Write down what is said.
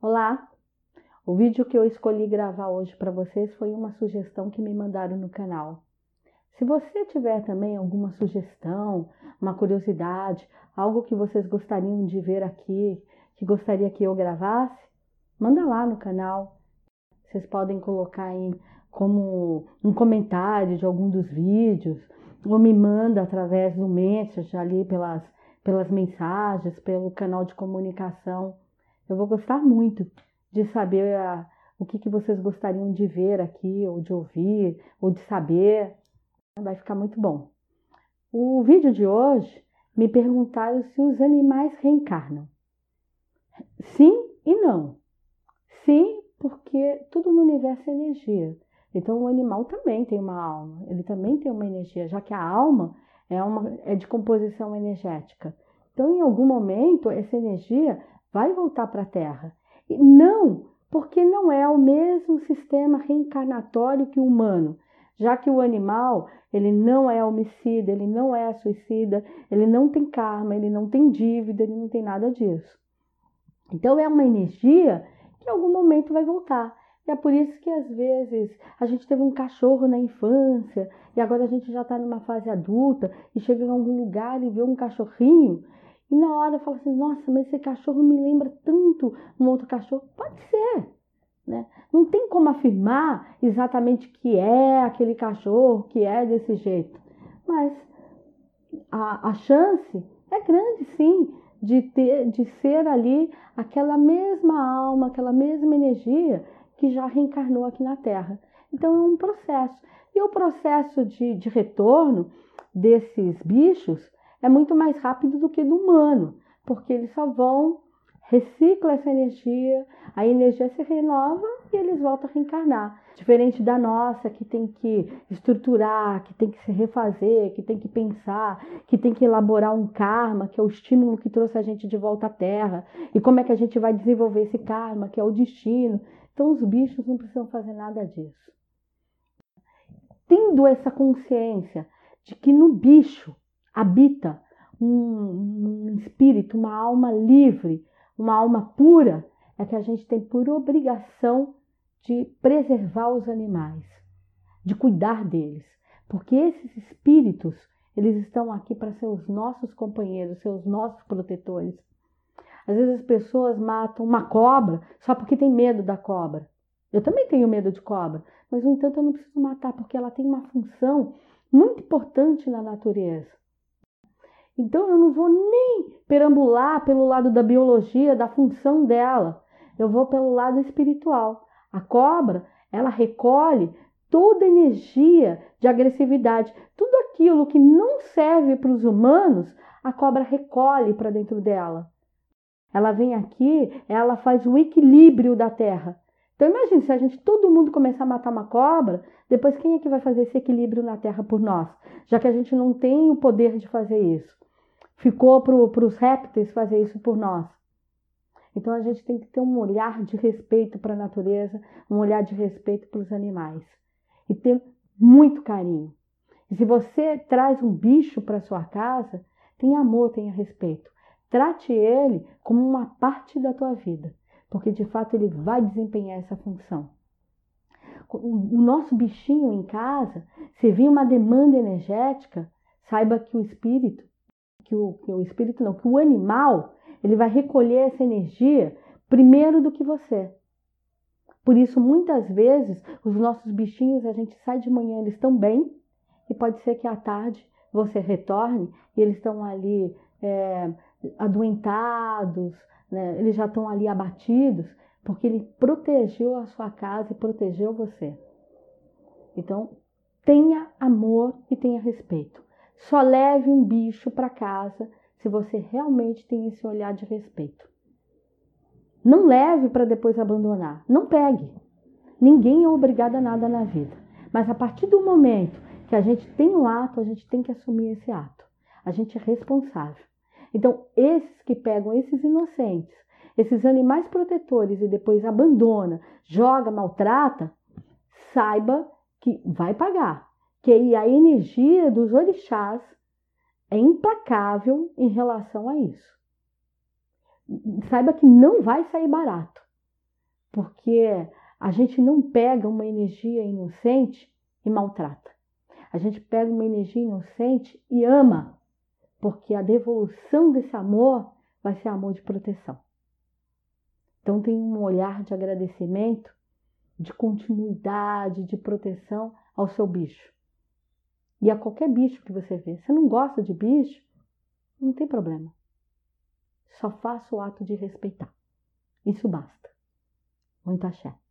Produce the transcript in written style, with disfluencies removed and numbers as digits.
Olá! O vídeo que eu escolhi gravar hoje para vocês foi uma sugestão que me mandaram no canal. Se você tiver também alguma sugestão, uma curiosidade, algo que vocês gostariam de ver aqui, que gostaria que eu gravasse, manda lá no canal. Vocês podem colocar como um comentário de algum dos vídeos, ou me manda através do message ali pelas mensagens, pelo canal de comunicação. Eu vou gostar muito de saber o que vocês gostariam de ver aqui, ou de ouvir, ou de saber. Vai ficar muito bom. O vídeo de hoje me perguntaram se os animais reencarnam. Sim e não. Sim, porque tudo no universo é energia. Então o animal também tem uma alma, ele também tem uma energia, já que a alma é de composição energética. Então em algum momento essa energia vai voltar para a Terra. E não, porque não é o mesmo sistema reencarnatório que o humano, já que o animal ele não é homicida, ele não é suicida, ele não tem karma, ele não tem dívida, ele não tem nada disso. Então é uma energia que em algum momento vai voltar. E é por isso que às vezes a gente teve um cachorro na infância e agora a gente já está numa fase adulta e chega em algum lugar e vê um cachorrinho e na hora fala assim, nossa, mas esse cachorro me lembra tanto um outro cachorro. Pode ser, né? Não tem como afirmar exatamente que é aquele cachorro, que é desse jeito. Mas a chance é grande sim de ser ali aquela mesma alma, aquela mesma energia que já reencarnou aqui na Terra. Então é um processo. E o processo de retorno desses bichos é muito mais rápido do que do humano, porque eles só reciclam essa energia, a energia se renova e eles voltam a reencarnar. Diferente da nossa, que tem que estruturar, que tem que se refazer, que tem que pensar, que tem que elaborar um karma, que é o estímulo que trouxe a gente de volta à Terra. E como é que a gente vai desenvolver esse karma, que é o destino. Então os bichos não precisam fazer nada disso. Tendo essa consciência de que no bicho habita um espírito, uma alma livre, uma alma pura, é que a gente tem por obrigação de preservar os animais, de cuidar deles, porque esses espíritos, eles estão aqui para ser os nossos companheiros, ser os nossos protetores. Às vezes as pessoas matam uma cobra só porque tem medo da cobra. Eu também tenho medo de cobra, mas no entanto eu não preciso matar porque ela tem uma função muito importante na natureza. Então eu não vou nem perambular pelo lado da biologia, da função dela. Eu vou pelo lado espiritual. A cobra, ela recolhe toda a energia de agressividade. Tudo aquilo que não serve para os humanos, a cobra recolhe para dentro dela. Ela vem aqui, ela faz o equilíbrio da terra. Então imagine se todo mundo começar a matar uma cobra, depois quem é que vai fazer esse equilíbrio na terra por nós? Já que a gente não tem o poder de fazer isso. Ficou para os répteis fazer isso por nós. Então a gente tem que ter um olhar de respeito para a natureza, um olhar de respeito para os animais. E ter muito carinho. E se você traz um bicho para sua casa, tenha amor, tenha respeito. Trate ele como uma parte da tua vida, porque de fato ele vai desempenhar essa função. O nosso bichinho em casa, se vir uma demanda energética, saiba que o espírito, que o animal, ele vai recolher essa energia primeiro do que você. Por isso, muitas vezes, os nossos bichinhos, a gente sai de manhã, eles estão bem, e pode ser que à tarde você retorne e eles estão ali adoentados, né? Eles já estão ali abatidos, porque ele protegeu a sua casa e protegeu você. Então, tenha amor e tenha respeito. Só leve um bicho para casa se você realmente tem esse olhar de respeito. Não leve para depois abandonar. Não pegue. Ninguém é obrigado a nada na vida. Mas a partir do momento que a gente tem um ato, a gente tem que assumir esse ato. A gente é responsável. Então, esses que pegam esses inocentes, esses animais protetores e depois abandona, joga, maltrata, saiba que vai pagar. Que a energia dos orixás é implacável em relação a isso. Saiba que não vai sair barato. Porque a gente não pega uma energia inocente e maltrata. A gente pega uma energia inocente e ama, porque a devolução desse amor vai ser amor de proteção. Então tem um olhar de agradecimento, de continuidade, de proteção ao seu bicho. E a qualquer bicho que você vê. Você não gosta de bicho? Não tem problema. Só faça o ato de respeitar. Isso basta. Muito axé.